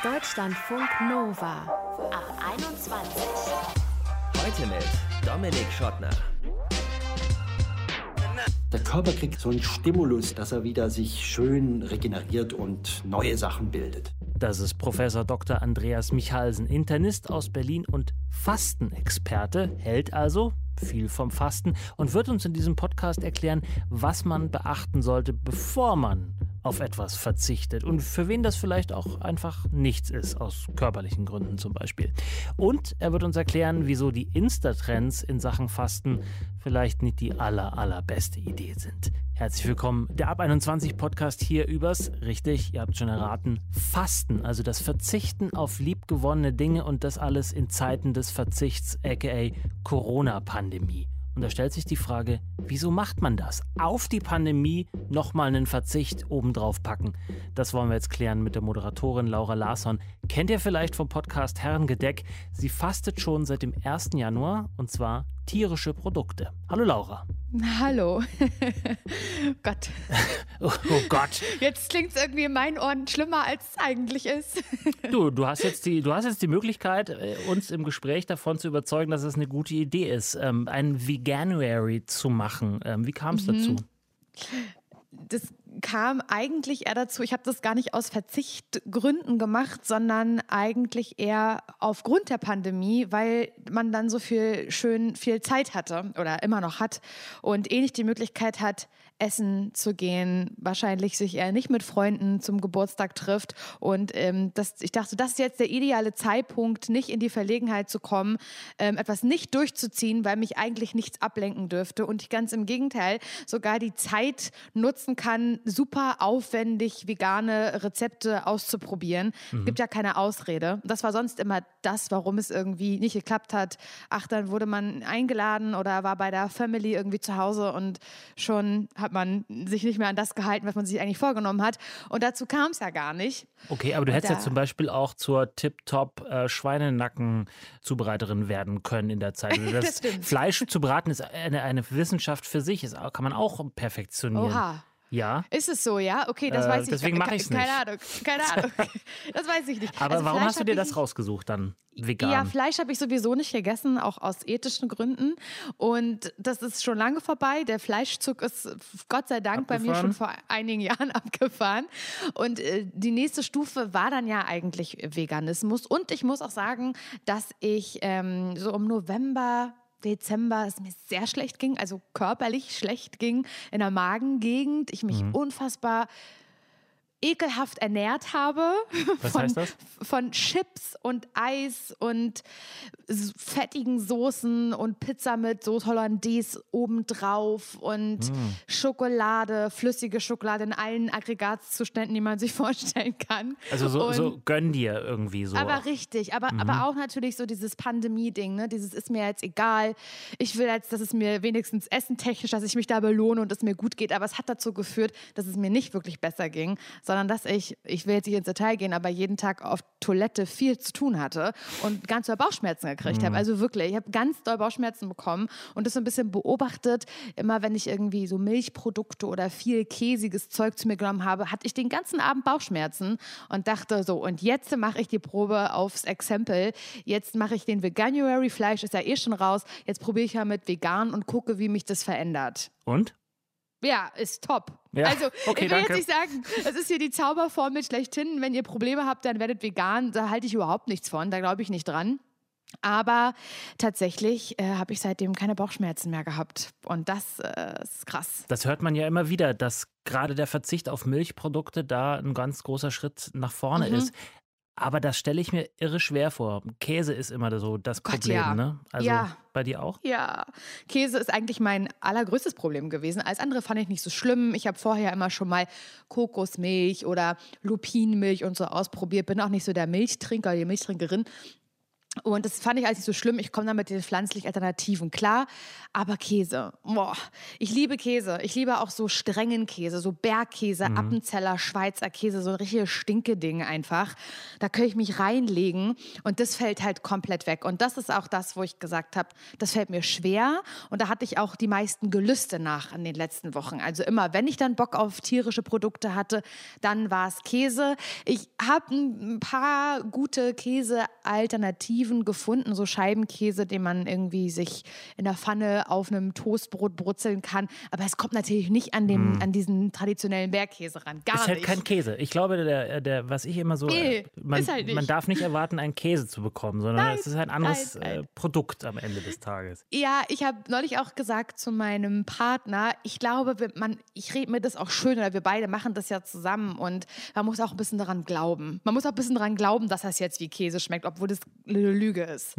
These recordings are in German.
Deutschlandfunk Nova ab 21. Heute mit Dominik Schottner. Der Körper kriegt so einen Stimulus, dass er wieder sich schön regeneriert und neue Sachen bildet. Das ist Professor Dr. Andreas Michalsen, Internist aus Berlin und Fastenexperte, hält also viel vom Fasten und wird uns in diesem Podcast erklären, was man beachten sollte, bevor man auf etwas verzichtet und für wen das vielleicht auch einfach nichts ist, aus körperlichen Gründen zum Beispiel. Und er wird uns erklären, wieso die Insta-Trends in Sachen Fasten vielleicht nicht die allerbeste Idee sind. Herzlich willkommen, der Ab 21 Podcast hier übers, richtig, ihr habt schon erraten, Fasten, also das Verzichten auf liebgewonnene Dinge und das alles in Zeiten des Verzichts, aka Corona-Pandemie. Und da stellt sich die Frage, wieso macht man das? Auf die Pandemie nochmal einen Verzicht obendrauf packen. Das wollen wir jetzt klären mit der Moderatorin Laura Larsson. Kennt ihr vielleicht vom Podcast Herrengedeck? Sie fastet schon seit dem 1. Januar und zwar tierische Produkte. Hallo Laura. Hallo. Gott. Oh Gott. Jetzt klingt es irgendwie in meinen Ohren schlimmer, als es eigentlich ist. Du hast jetzt die Möglichkeit, uns im Gespräch davon zu überzeugen, dass es eine gute Idee ist, ein Veganuary zu machen. Wie kam es dazu? Das kam eigentlich eher dazu, ich habe das gar nicht aus Verzichtgründen gemacht, sondern eigentlich eher aufgrund der Pandemie, weil man dann so viel Zeit hatte oder immer noch hat und nicht die Möglichkeit hat, essen zu gehen, wahrscheinlich sich eher nicht mit Freunden zum Geburtstag trifft und ich dachte, das ist jetzt der ideale Zeitpunkt, nicht in die Verlegenheit zu kommen, etwas nicht durchzuziehen, weil mich eigentlich nichts ablenken dürfte und ich ganz im Gegenteil sogar die Zeit nutzen kann, super aufwendig vegane Rezepte auszuprobieren. Gibt ja keine Ausrede. Das war sonst immer das, warum es irgendwie nicht geklappt hat. Ach, dann wurde man eingeladen oder war bei der Family irgendwie zu Hause und schon hat man sich nicht mehr an das gehalten, was man sich eigentlich vorgenommen hat. Und dazu kam es ja gar nicht. Okay, aber du hättest ja zum Beispiel auch zur Tip-Top Schweinenacken-Zubereiterin werden können in der Zeit. Also das Fleisch zu braten ist eine Wissenschaft für sich. Das kann man auch perfektionieren. Oha. Ja. Ist es so, ja? Okay, das weiß ich nicht. Deswegen mache ich es nicht. Keine Ahnung. Das weiß ich nicht. Aber also warum Fleisch hast du dir das rausgesucht dann, vegan? Ja, Fleisch habe ich sowieso nicht gegessen, auch aus ethischen Gründen. Und das ist schon lange vorbei. Der Fleischzug ist Gott sei Dank bei mir schon vor einigen Jahren abgefahren. Und die nächste Stufe war dann ja eigentlich Veganismus. Und ich muss auch sagen, dass ich so im November, Dezember es mir sehr schlecht ging, also körperlich schlecht ging in der Magengegend. Ich mich unfassbar ekelhaft ernährt habe. Was heißt das? Von Chips und Eis und fettigen Soßen und Pizza mit Sauce Hollandaise obendrauf und Schokolade, flüssige Schokolade in allen Aggregatzuständen, die man sich vorstellen kann. Also so gönn dir irgendwie so. Aber richtig, aber auch natürlich so dieses Pandemie-Ding, ne? Dieses ist mir jetzt egal. Ich will jetzt, dass es mir wenigstens essentechnisch, dass ich mich da belohne und es mir gut geht. Aber es hat dazu geführt, dass es mir nicht wirklich besser ging, sondern dass ich will jetzt nicht ins Detail gehen, aber jeden Tag auf Toilette viel zu tun hatte und ganz doll Bauchschmerzen gekriegt habe. Also wirklich, ich habe ganz doll Bauchschmerzen bekommen und das so ein bisschen beobachtet. Immer wenn ich irgendwie so Milchprodukte oder viel käsiges Zeug zu mir genommen habe, hatte ich den ganzen Abend Bauchschmerzen und dachte so, und jetzt mache ich die Probe aufs Exempel. Jetzt mache ich den Veganuary, Fleisch ist ja eh schon raus. Jetzt probiere ich ja mit vegan und gucke, wie mich das verändert. Und? Ja, ist top. Ja, also, okay, ich will danke. jetzt nicht sagen, das ist hier die Zauberformel schlechthin. Wenn ihr Probleme habt, dann werdet vegan. Da halte ich überhaupt nichts von. Da glaube ich nicht dran. Aber tatsächlich habe ich seitdem keine Bauchschmerzen mehr gehabt. Und das ist krass. Das hört man ja immer wieder, dass gerade der Verzicht auf Milchprodukte da ein ganz großer Schritt nach vorne ist. Aber das stelle ich mir irre schwer vor. Käse ist immer so das Problem, ja. Ne? Also Ja. Bei dir auch? Ja, Käse ist eigentlich mein allergrößtes Problem gewesen. Alles andere fand ich nicht so schlimm. Ich habe vorher immer schon mal Kokosmilch oder Lupinenmilch und so ausprobiert. Bin auch nicht so der Milchtrinker oder die Milchtrinkerin. Und das fand ich alles nicht so schlimm. Ich komme dann mit den pflanzlichen Alternativen klar. Aber Käse, boah, ich liebe Käse. Ich liebe auch so strengen Käse, so Bergkäse, Appenzeller, Schweizer Käse, so ein richtiges Stinkeding einfach. Da kann ich mich reinlegen und das fällt halt komplett weg. Und das ist auch das, wo ich gesagt habe, das fällt mir schwer. Und da hatte ich auch die meisten Gelüste nach in den letzten Wochen. Also immer, wenn ich dann Bock auf tierische Produkte hatte, dann war es Käse. Ich habe ein paar gute Käsealternativen gefunden, so Scheibenkäse, den man irgendwie sich in der Pfanne auf einem Toastbrot brutzeln kann. Aber es kommt natürlich nicht an diesen traditionellen Bergkäse ran. Gar nicht. Ist halt kein Käse. Ich glaube, was ich immer so, man darf nicht erwarten, einen Käse zu bekommen, sondern es ist ein anderes Produkt am Ende des Tages. Ja, ich habe neulich auch gesagt zu meinem Partner, ich glaube, ich rede mir das auch schön, oder wir beide machen das ja zusammen und man muss auch ein bisschen daran glauben. Man muss auch ein bisschen daran glauben, dass das jetzt wie Käse schmeckt, obwohl das eine Lüge ist.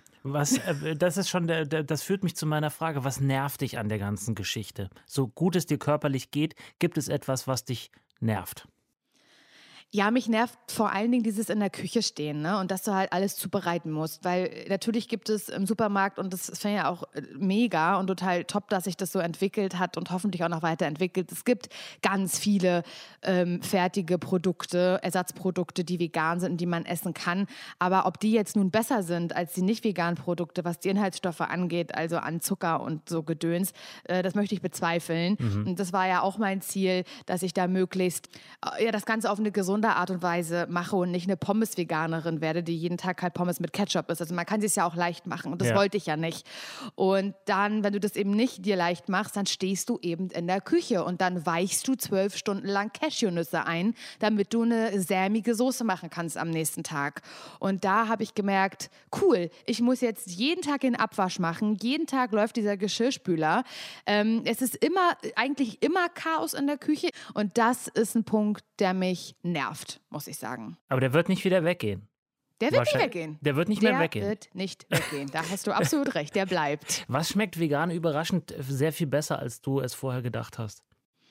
Das führt mich zu meiner Frage, was nervt dich an der ganzen Geschichte? So gut es dir körperlich geht, gibt es etwas, was dich nervt? Ja, mich nervt vor allen Dingen dieses in der Küche stehen, ne? Und dass du halt alles zubereiten musst. Weil natürlich gibt es im Supermarkt, und das finde ich ja auch mega und total top, dass sich das so entwickelt hat und hoffentlich auch noch weiterentwickelt. Es gibt ganz viele fertige Produkte, Ersatzprodukte, die vegan sind und die man essen kann. Aber ob die jetzt nun besser sind als die nicht veganen Produkte, was die Inhaltsstoffe angeht, also an Zucker und so Gedöns, das möchte ich bezweifeln. Und das war ja auch mein Ziel, dass ich da möglichst das Ganze auf eine gesunde Art und Weise mache und nicht eine Pommes-Veganerin werde, die jeden Tag halt Pommes mit Ketchup isst. Also man kann es ja auch leicht machen und das wollte ich ja nicht. Und dann, wenn du das eben nicht dir leicht machst, dann stehst du eben in der Küche und dann weichst du 12 Stunden lang Cashewnüsse ein, damit du eine sämige Soße machen kannst am nächsten Tag. Und da habe ich gemerkt, cool, ich muss jetzt jeden Tag den Abwasch machen, jeden Tag läuft dieser Geschirrspüler. Es ist eigentlich immer Chaos in der Küche und das ist ein Punkt, der mich nervt, muss ich sagen. Aber der wird nicht wieder weggehen. Der wird nicht weggehen. Der wird nicht mehr weggehen. Der wird nicht weggehen. Da hast du absolut recht. Der bleibt. Was schmeckt vegan überraschend sehr viel besser, als du es vorher gedacht hast?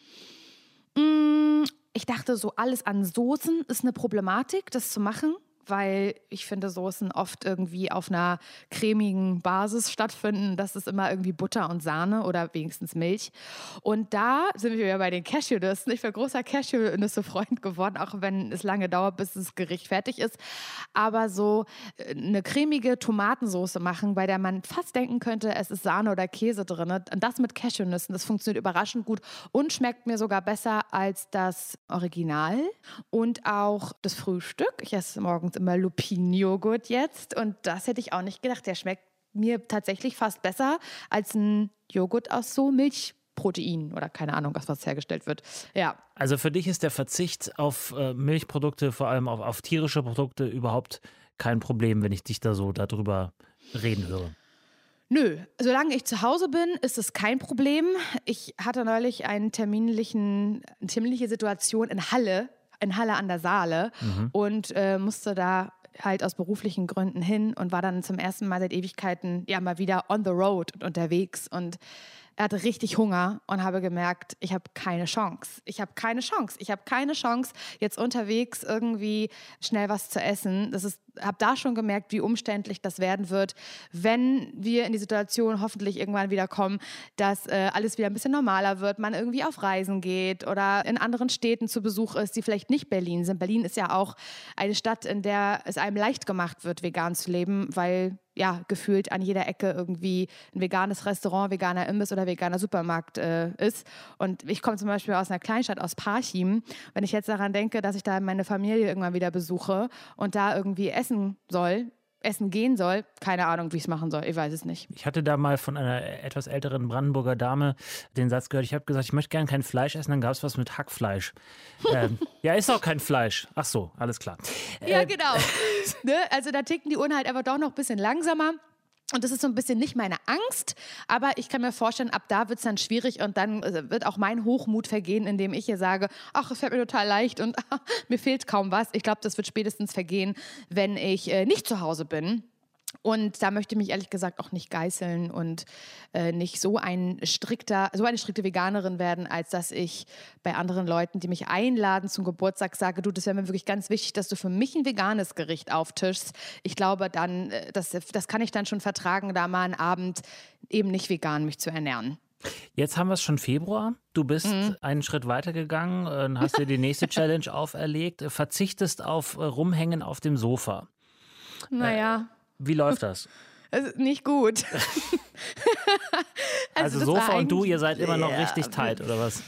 Ich dachte, so alles an Soßen ist eine Problematik, das zu machen. Weil ich finde, Soßen oft irgendwie auf einer cremigen Basis stattfinden. Das ist immer irgendwie Butter und Sahne oder wenigstens Milch. Und da sind wir ja bei den Cashewnüssen. Ich bin großer Cashewnüsse-Freund geworden, auch wenn es lange dauert, bis das Gericht fertig ist. Aber so eine cremige Tomatensoße machen, bei der man fast denken könnte, es ist Sahne oder Käse drin. Und das mit Cashewnüssen, das funktioniert überraschend gut und schmeckt mir sogar besser als das Original. Und auch das Frühstück. Ich esse morgens immer Lupinenjoghurt jetzt und das hätte ich auch nicht gedacht. Der schmeckt mir tatsächlich fast besser als ein Joghurt aus so Milchprotein oder keine Ahnung, was hergestellt wird. Ja. Also für dich ist der Verzicht auf Milchprodukte, vor allem auf tierische Produkte, überhaupt kein Problem, wenn ich dich da so darüber reden höre? Nö, solange ich zu Hause bin, ist es kein Problem. Ich hatte neulich eine terminliche Situation in Halle an der Saale und musste da halt aus beruflichen Gründen hin und war dann zum ersten Mal seit Ewigkeiten ja mal wieder on the road und unterwegs und er hatte richtig Hunger und habe gemerkt, ich habe keine Chance. Ich habe keine Chance, jetzt unterwegs irgendwie schnell was zu essen. Habe da schon gemerkt, wie umständlich das werden wird, wenn wir in die Situation hoffentlich irgendwann wieder kommen, dass alles wieder ein bisschen normaler wird, man irgendwie auf Reisen geht oder in anderen Städten zu Besuch ist, die vielleicht nicht Berlin sind. Berlin ist ja auch eine Stadt, in der es einem leicht gemacht wird, vegan zu leben, weil ja gefühlt an jeder Ecke irgendwie ein veganes Restaurant, veganer Imbiss oder veganer Supermarkt ist. Und ich komme zum Beispiel aus einer Kleinstadt, aus Parchim. Wenn ich jetzt daran denke, dass ich da meine Familie irgendwann wieder besuche und da irgendwie essen gehen soll, keine Ahnung, wie ich es machen soll, ich weiß es nicht. Ich hatte da mal von einer etwas älteren Brandenburger Dame den Satz gehört, ich habe gesagt, ich möchte gerne kein Fleisch essen, dann gab es was mit Hackfleisch. Ja, ist auch kein Fleisch. Ach so, alles klar. Ja, genau. Ne? Also da ticken die Uhren halt aber doch noch ein bisschen langsamer. Und das ist so ein bisschen nicht meine Angst, aber ich kann mir vorstellen, ab da wird es dann schwierig und dann wird auch mein Hochmut vergehen, indem ich hier sage, ach, es fällt mir total leicht und mir fehlt kaum was. Ich glaube, das wird spätestens vergehen, wenn ich nicht zu Hause bin. Und da möchte ich mich ehrlich gesagt auch nicht geißeln und nicht so eine strikte Veganerin werden, als dass ich bei anderen Leuten, die mich einladen zum Geburtstag, sage, du, das wäre mir wirklich ganz wichtig, dass du für mich ein veganes Gericht auftischst. Ich glaube dann, das kann ich dann schon vertragen, da mal einen Abend eben nicht vegan mich zu ernähren. Jetzt haben wir es schon Februar. Du bist einen Schritt weiter gegangen, hast dir die nächste Challenge auferlegt, verzichtest auf Rumhängen auf dem Sofa. Naja. Wie läuft das? Nicht gut. Also Sofa und du, ihr seid immer noch richtig tight, oder was?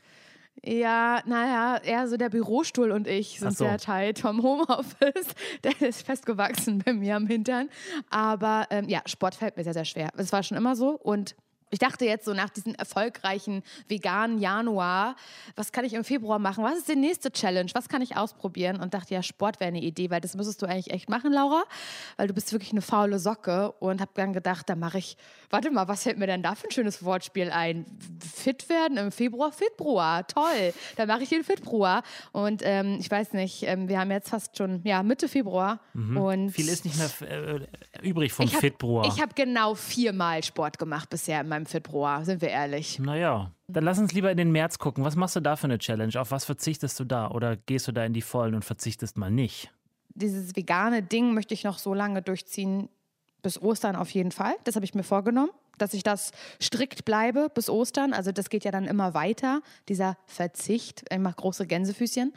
Ja, naja, eher so der Bürostuhl und ich sind sehr tight vom Homeoffice. Der ist festgewachsen bei mir am Hintern. Aber Sport fällt mir sehr, sehr schwer. Es war schon immer so und ich dachte jetzt so nach diesem erfolgreichen veganen Januar, was kann ich im Februar machen? Was ist die nächste Challenge? Was kann ich ausprobieren? Und dachte, ja, Sport wäre eine Idee, weil das müsstest du eigentlich echt machen, Laura, weil du bist wirklich eine faule Socke. Und habe dann gedacht, da mache ich, warte mal, was fällt mir denn da für ein schönes Wortspiel ein? Fit werden im Februar, Fitbruar, toll. Da mache ich den Fitbruar. Und ich weiß nicht, wir haben jetzt fast schon Mitte Februar. Und viel ist nicht mehr übrig vom Fitbruar. Ich habe genau 4-mal Sport gemacht bisher in meinem Fitbruar, sind wir ehrlich. Naja, dann lass uns lieber in den März gucken. Was machst du da für eine Challenge? Auf was verzichtest du da? Oder gehst du da in die Vollen und verzichtest mal nicht? Dieses vegane Ding möchte ich noch so lange durchziehen, bis Ostern auf jeden Fall. Das habe ich mir vorgenommen, dass ich das strikt bleibe bis Ostern. Also das geht ja dann immer weiter, dieser Verzicht. Ich mache große Gänsefüßchen.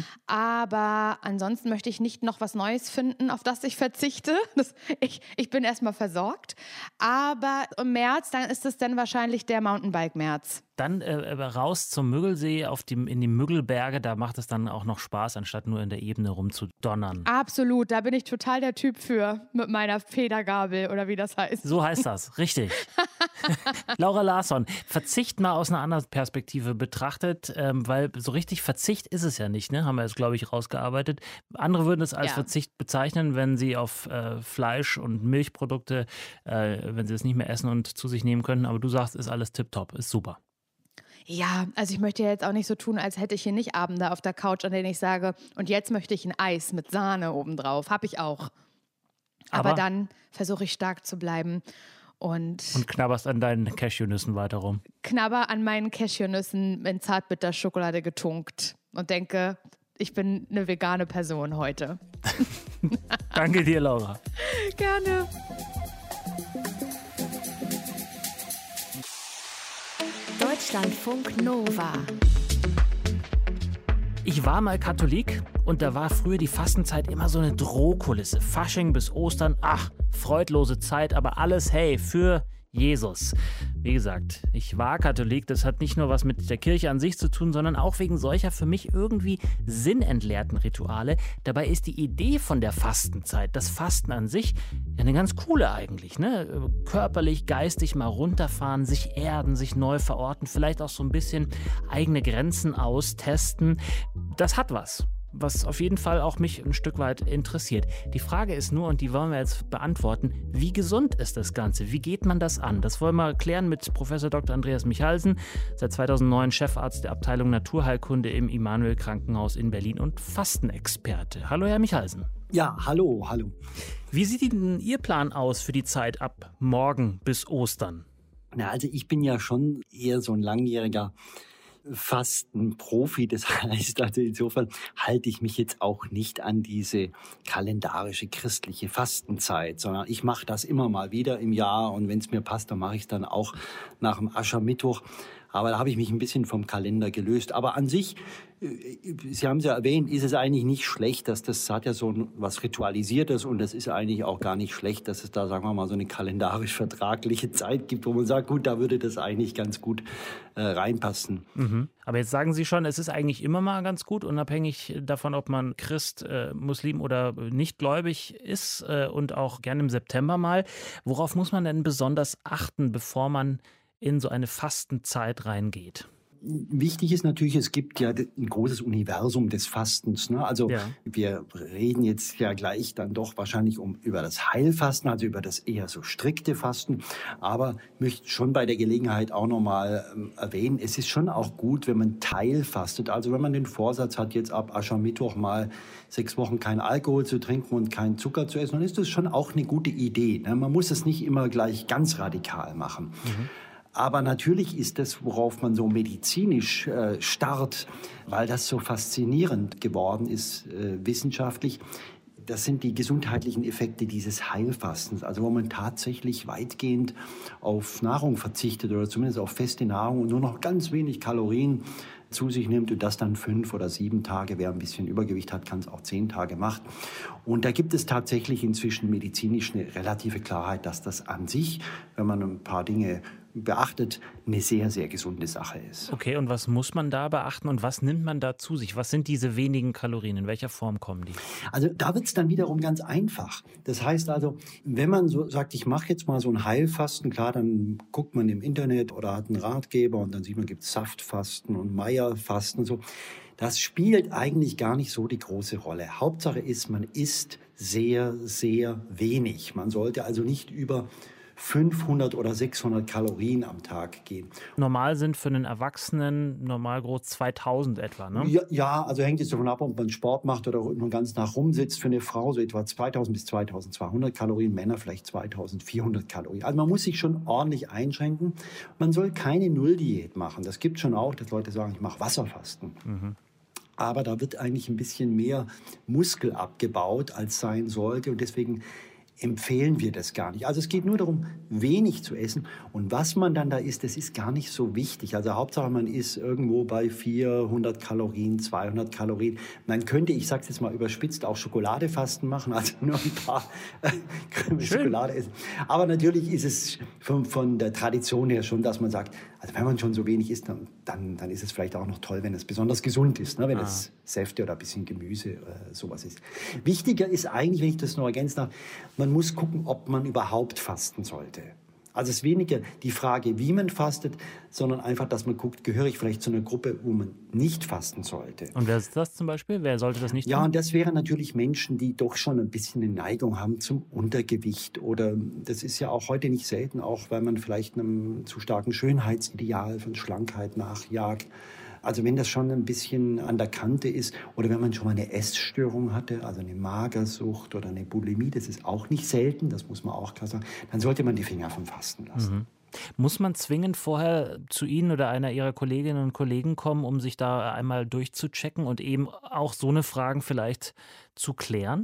Aber ansonsten möchte ich nicht noch was Neues finden, auf das ich verzichte. Ich bin erstmal versorgt. Aber im März, dann ist es dann wahrscheinlich der Mountainbike-März. Dann raus zum Müggelsee, in die Müggelberge, da macht es dann auch noch Spaß, anstatt nur in der Ebene rumzudonnern. Absolut, da bin ich total der Typ für, mit meiner Federgabel oder wie das heißt. So heißt das, richtig. Laura Larsson, Verzicht mal aus einer anderen Perspektive betrachtet, weil so richtig Verzicht ist es ja nicht, ne? Haben wir jetzt, glaube ich, rausgearbeitet. Andere würden es als Verzicht bezeichnen, wenn sie auf Fleisch und Milchprodukte, wenn sie es nicht mehr essen und zu sich nehmen können. Aber du sagst, ist alles tipptopp, ist super. Ja, also ich möchte ja jetzt auch nicht so tun, als hätte ich hier nicht Abende auf der Couch, an denen ich sage, und jetzt möchte ich ein Eis mit Sahne obendrauf. Hab ich auch. Aber dann versuche ich stark zu bleiben. Und knabberst an deinen Cashewnüssen weiter rum. Knabber an meinen Cashewnüssen in Zartbitterschokolade getunkt und denke, ich bin eine vegane Person heute. Danke dir, Laura. Gerne. Deutschlandfunk Nova. Ich war mal Katholik und da war früher die Fastenzeit immer so eine Drohkulisse. Fasching bis Ostern, freudlose Zeit, aber alles, hey, für Jesus. Wie gesagt, ich war Katholik, das hat nicht nur was mit der Kirche an sich zu tun, sondern auch wegen solcher für mich irgendwie sinnentleerten Rituale. Dabei ist die Idee von der Fastenzeit, das Fasten an sich, ja eine ganz coole eigentlich, ne? Körperlich, geistig mal runterfahren, sich erden, sich neu verorten, vielleicht auch so ein bisschen eigene Grenzen austesten. Das hat was auf jeden Fall auch mich ein Stück weit interessiert. Die Frage ist nur, und die wollen wir jetzt beantworten, wie gesund ist das Ganze? Wie geht man das an? Das wollen wir klären mit Professor Dr. Andreas Michalsen, seit 2009 Chefarzt der Abteilung Naturheilkunde im Immanuel Krankenhaus in Berlin und Fastenexperte. Hallo, Herr Michalsen. Ja, hallo. Wie sieht denn Ihr Plan aus für die Zeit ab morgen bis Ostern? Na, also ich bin ja schon eher so ein langjähriger Fastenprofi. Das heißt, also insofern halte ich mich jetzt auch nicht an diese kalendarische christliche Fastenzeit, sondern ich mache das immer mal wieder im Jahr und wenn es mir passt, dann mache ich es dann auch nach dem Aschermittwoch. Aber da habe ich mich ein bisschen vom Kalender gelöst. Aber an sich, Sie haben es ja erwähnt, ist es eigentlich nicht schlecht, dass das hat ja so was Ritualisiertes und das ist eigentlich auch gar nicht schlecht, dass es da, sagen wir mal, so eine kalendarisch-vertragliche Zeit gibt, wo man sagt, gut, da würde das eigentlich ganz gut reinpassen. Aber jetzt sagen Sie schon, es ist eigentlich immer mal ganz gut, unabhängig davon, ob man Christ, Muslim oder nicht gläubig ist und auch gerne im September mal. Worauf muss man denn besonders achten, bevor man in so eine Fastenzeit reingeht? wichtig ist natürlich, es gibt ja ein großes Universum des Fastens. Ne? Also wir reden jetzt ja gleich dann doch wahrscheinlich über das Heilfasten, also über das eher so strikte Fasten. Aber ich möchte schon bei der Gelegenheit auch nochmal erwähnen, es ist schon auch gut, wenn man teilfastet. Also wenn man den Vorsatz hat, jetzt ab Aschermittwoch mal 6 Wochen keinen Alkohol zu trinken und keinen Zucker zu essen, dann ist das schon auch eine gute Idee. Ne? Man muss es nicht immer gleich ganz radikal machen. Aber natürlich ist das, worauf man so medizinisch starrt, weil das so faszinierend geworden ist wissenschaftlich, das sind die gesundheitlichen Effekte dieses Heilfastens, also wo man tatsächlich weitgehend auf Nahrung verzichtet oder zumindest auf feste Nahrung und nur noch ganz wenig Kalorien zu sich nimmt und das dann 5 oder 7 Tage, wer ein bisschen Übergewicht hat, kann es auch 10 Tage macht. Und da gibt es tatsächlich inzwischen medizinisch eine relative Klarheit, dass das an sich, wenn man ein paar Dinge beachtet, eine sehr, sehr gesunde Sache ist. Okay, und was muss man da beachten und was nimmt man da zu sich? Was sind diese wenigen Kalorien? In welcher Form kommen die? Also da wird es dann wiederum ganz einfach. Das heißt also, wenn man so sagt, ich mache jetzt mal so ein Heilfasten, klar, dann guckt man im Internet oder hat einen Ratgeber und dann sieht man, gibt es Saftfasten und Meierfasten und so. Das spielt eigentlich gar nicht so die große Rolle. Hauptsache ist, man isst sehr, sehr wenig. Man sollte also nicht über 500 oder 600 Kalorien am Tag gehen. Normal sind für einen Erwachsenen normal groß 2000 etwa, ne? Ja, also hängt jetzt davon ab, ob man Sport macht oder nur den ganzen Tag rumsitzt. Für eine Frau so etwa 2000 bis 2200 Kalorien, Männer vielleicht 2400 Kalorien. Also man muss sich schon ordentlich einschränken. Man soll keine Nulldiät machen. Das gibt schon auch, dass Leute sagen, ich mache Wasserfasten. Aber da wird eigentlich ein bisschen mehr Muskel abgebaut, als sein sollte. Und deswegen empfehlen wir das gar nicht. Also es geht nur darum, wenig zu essen. Und was man dann da isst, das ist gar nicht so wichtig. Also Hauptsache, man isst irgendwo bei 400 Kalorien, 200 Kalorien. Man könnte, ich sage es jetzt mal überspitzt, auch Schokoladefasten machen, also nur ein paar Krümel Schokolade essen. Aber natürlich ist es von der Tradition her schon, dass man sagt, also wenn man schon so wenig isst, dann ist es vielleicht auch noch toll, wenn es besonders gesund ist, ne? Wenn es Säfte oder ein bisschen Gemüse sowas ist. Wichtiger ist eigentlich, wenn ich das noch ergänzen darf, man muss gucken, ob man überhaupt fasten sollte. Also es ist weniger die Frage, wie man fastet, sondern einfach, dass man guckt, gehöre ich vielleicht zu einer Gruppe, wo man nicht fasten sollte. Und wer ist das zum Beispiel? Wer sollte das nicht tun? Ja, und das wären natürlich Menschen, die doch schon ein bisschen eine Neigung haben zum Untergewicht. Oder das ist ja auch heute nicht selten, auch weil man vielleicht einem zu starken Schönheitsideal von Schlankheit nachjagt. Also wenn das schon ein bisschen an der Kante ist oder wenn man schon mal eine Essstörung hatte, also eine Magersucht oder eine Bulimie, das ist auch nicht selten, das muss man auch klar sagen, dann sollte man die Finger vom Fasten lassen. Muss man zwingend vorher zu Ihnen oder einer Ihrer Kolleginnen und Kollegen kommen, um sich da einmal durchzuchecken und eben auch so eine Fragen vielleicht zu klären?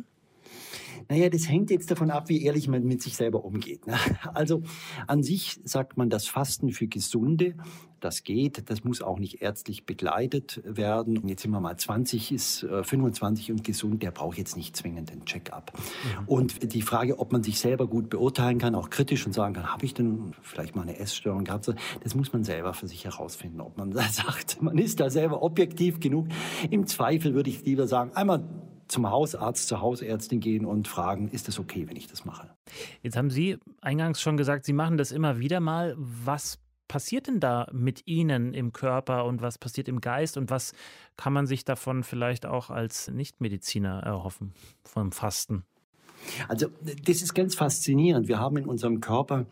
Naja, das hängt jetzt davon ab, wie ehrlich man mit sich selber umgeht. Ne? Also an sich sagt man, das Fasten für Gesunde, das geht, das muss auch nicht ärztlich begleitet werden. Und jetzt sind wir mal 20, ist 25 und gesund, der braucht jetzt nicht zwingend einen Check-up. Und die Frage, ob man sich selber gut beurteilen kann, auch kritisch und sagen kann, habe ich denn vielleicht mal eine Essstörung gehabt, das muss man selber für sich herausfinden, ob man da sagt, man ist da selber objektiv genug. Im Zweifel würde ich lieber sagen, einmal zum Hausarzt, zur Hausärztin gehen und fragen, ist das okay, wenn ich das mache? Jetzt haben Sie eingangs schon gesagt, Sie machen das immer wieder mal. Was passiert denn da mit Ihnen im Körper und was passiert im Geist und was kann man sich davon vielleicht auch als Nichtmediziner erhoffen vom Fasten? Also das ist ganz faszinierend. Wir haben in unserem Körper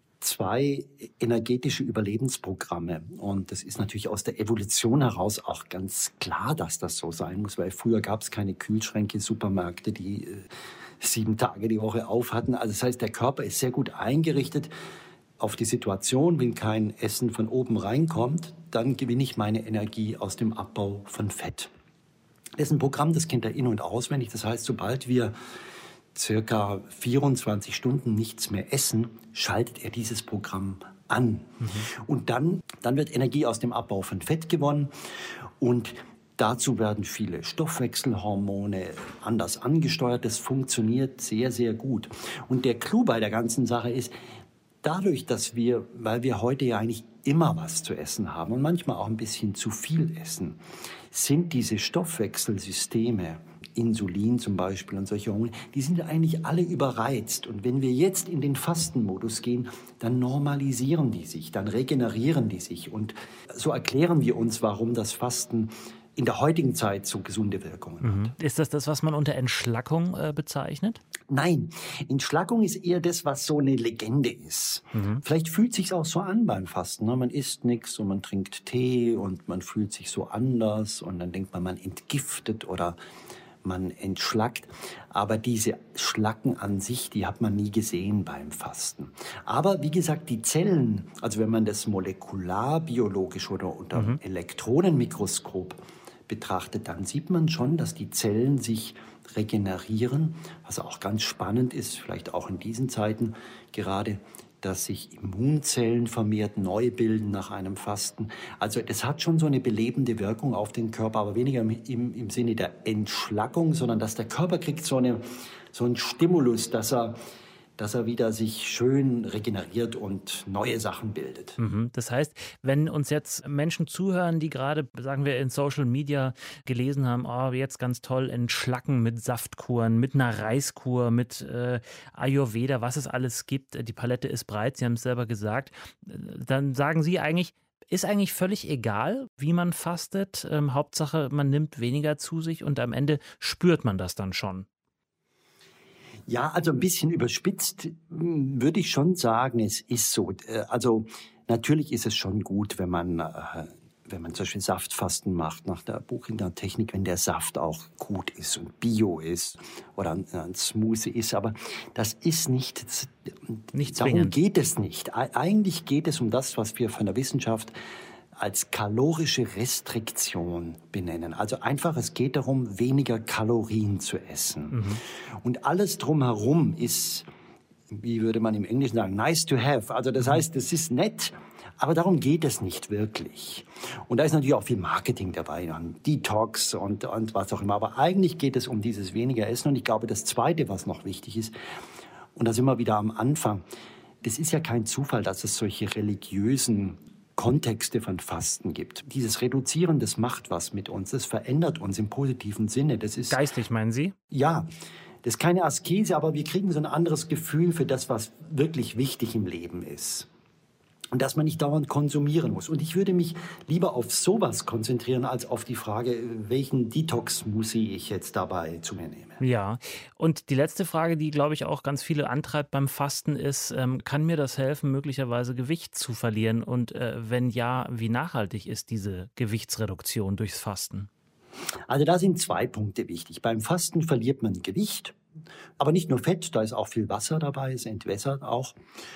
2 energetische Überlebensprogramme. Und das ist natürlich aus der Evolution heraus auch ganz klar, dass das so sein muss, weil früher gab es keine Kühlschränke, Supermärkte, die 7 Tage die Woche auf hatten. Also das heißt, der Körper ist sehr gut eingerichtet auf die Situation, wenn kein Essen von oben reinkommt, dann gewinne ich meine Energie aus dem Abbau von Fett. Das ist ein Programm, das kennt er in- und auswendig. Das heißt, sobald wir circa 24 Stunden nichts mehr essen, schaltet er dieses Programm an. Und dann wird Energie aus dem Abbau von Fett gewonnen und dazu werden viele Stoffwechselhormone anders angesteuert. Das funktioniert sehr, sehr gut. Und der Clou bei der ganzen Sache ist, dadurch, weil wir heute ja eigentlich immer was zu essen haben und manchmal auch ein bisschen zu viel essen, sind diese Stoffwechselsysteme Insulin zum Beispiel und solche Hormone, die sind eigentlich alle überreizt. Und wenn wir jetzt in den Fastenmodus gehen, dann normalisieren die sich, dann regenerieren die sich. Und so erklären wir uns, warum das Fasten in der heutigen Zeit so gesunde Wirkungen hat. Ist das, was man unter Entschlackung bezeichnet? Nein, Entschlackung ist eher das, was so eine Legende ist. Vielleicht fühlt es sich auch so an beim Fasten. Ne? Man isst nichts und man trinkt Tee und man fühlt sich so anders und dann denkt man entgiftet oder man entschlackt. Aber diese Schlacken an sich, die hat man nie gesehen beim Fasten. Aber wie gesagt, die Zellen, also wenn man das molekularbiologisch oder unter Elektronenmikroskop betrachtet, dann sieht man schon, dass die Zellen sich regenerieren, was auch ganz spannend ist, vielleicht auch in diesen Zeiten gerade, dass sich Immunzellen vermehrt neu bilden nach einem Fasten. Also das hat schon so eine belebende Wirkung auf den Körper, aber weniger im Sinne der Entschlackung, sondern dass der Körper kriegt so einen Stimulus, dass er wieder sich schön regeneriert und neue Sachen bildet. Das heißt, wenn uns jetzt Menschen zuhören, die gerade, sagen wir, in Social Media gelesen haben, oh, jetzt ganz toll entschlacken mit Saftkuren, mit einer Reiskur, mit Ayurveda, was es alles gibt, die Palette ist breit, Sie haben es selber gesagt, dann sagen Sie eigentlich, ist eigentlich völlig egal, wie man fastet, Hauptsache, man nimmt weniger zu sich und am Ende spürt man das dann schon. Ja, also ein bisschen überspitzt würde ich schon sagen, es ist so. Also natürlich ist es schon gut, wenn man zum Beispiel Saftfasten macht, nach der Buchhintertechnik, wenn der Saft auch gut ist und bio ist oder ein Smoothie ist. Aber das ist nicht zwingend. Darum geht es nicht. Eigentlich geht es um das, was wir von der Wissenschaft als kalorische Restriktion benennen. Also einfach, es geht darum, weniger Kalorien zu essen. Und alles drumherum ist, wie würde man im Englischen sagen, nice to have. Also das heißt, es ist nett, aber darum geht es nicht wirklich. Und da ist natürlich auch viel Marketing dabei, Detox und was auch immer. Aber eigentlich geht es um dieses weniger Essen. Und ich glaube, das Zweite, was noch wichtig ist, und da sind wir wieder am Anfang, das ist ja kein Zufall, dass es solche religiösen Kontexte von Fasten gibt. Dieses Reduzieren, das macht was mit uns, das verändert uns im positiven Sinne. Das ist geistig, meinen Sie? Ja, das ist keine Askese, aber wir kriegen so ein anderes Gefühl für das, was wirklich wichtig im Leben ist. Und dass man nicht dauernd konsumieren muss. Und ich würde mich lieber auf sowas konzentrieren, als auf die Frage, welchen Detox-Smoothie ich jetzt dabei zu mir nehme. Ja, und die letzte Frage, die, glaube ich, auch ganz viele antreibt beim Fasten ist, kann mir das helfen, möglicherweise Gewicht zu verlieren? Und wenn ja, wie nachhaltig ist diese Gewichtsreduktion durchs Fasten? Also da sind 2 Punkte wichtig. Beim Fasten verliert man Gewicht. Aber nicht nur Fett, da ist auch viel Wasser dabei, es entwässert auch.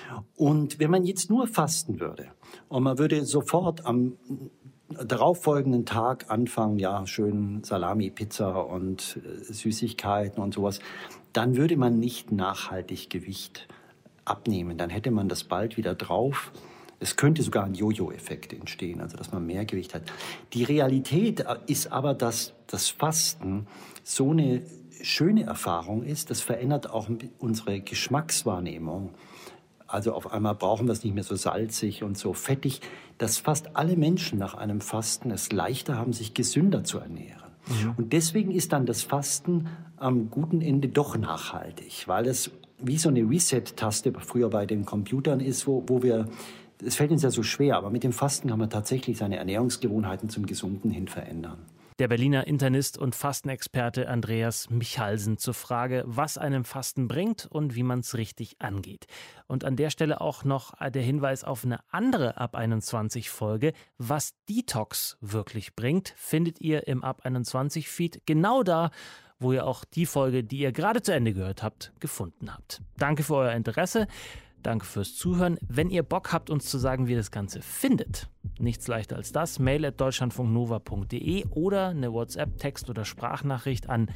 Und wenn man jetzt nur fasten würde und man würde sofort am darauffolgenden Tag anfangen, ja, schön Salami, Pizza und Süßigkeiten und sowas, dann würde man nicht nachhaltig Gewicht abnehmen. Dann hätte man das bald wieder drauf. Es könnte sogar ein Jojo-Effekt entstehen, also dass man mehr Gewicht hat. Die Realität ist aber, dass das Fasten so eine schöne Erfahrung ist. Das verändert auch unsere Geschmackswahrnehmung. Also auf einmal brauchen wir es nicht mehr so salzig und so fettig, dass fast alle Menschen nach einem Fasten es leichter haben, sich gesünder zu ernähren. Und deswegen ist dann das Fasten am guten Ende doch nachhaltig, weil es wie so eine Reset-Taste früher bei den Computern ist, wo wir, es fällt uns ja so schwer, aber mit dem Fasten kann man tatsächlich seine Ernährungsgewohnheiten zum Gesunden hin verändern. Der Berliner Internist und Fastenexperte Andreas Michalsen zur Frage, was einem Fasten bringt und wie man es richtig angeht. Und an der Stelle auch noch der Hinweis auf eine andere Ab 21 Folge. Was Detox wirklich bringt, findet ihr im Ab 21 Feed genau da, wo ihr auch die Folge, die ihr gerade zu Ende gehört habt, gefunden habt. Danke für euer Interesse. Danke fürs Zuhören. Wenn ihr Bock habt, uns zu sagen, wie ihr das Ganze findet, nichts leichter als das, mail@deutschlandfunknova.de oder eine WhatsApp-, Text- oder Sprachnachricht an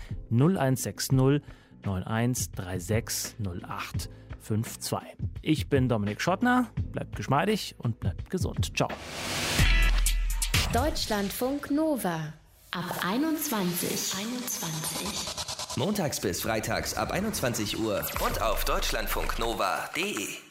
0160 91 36 08 52. Ich bin Dominik Schottner, bleibt geschmeidig und bleibt gesund. Ciao. Deutschlandfunk Nova ab 21. Montags bis freitags ab 21 Uhr und auf deutschlandfunknova.de.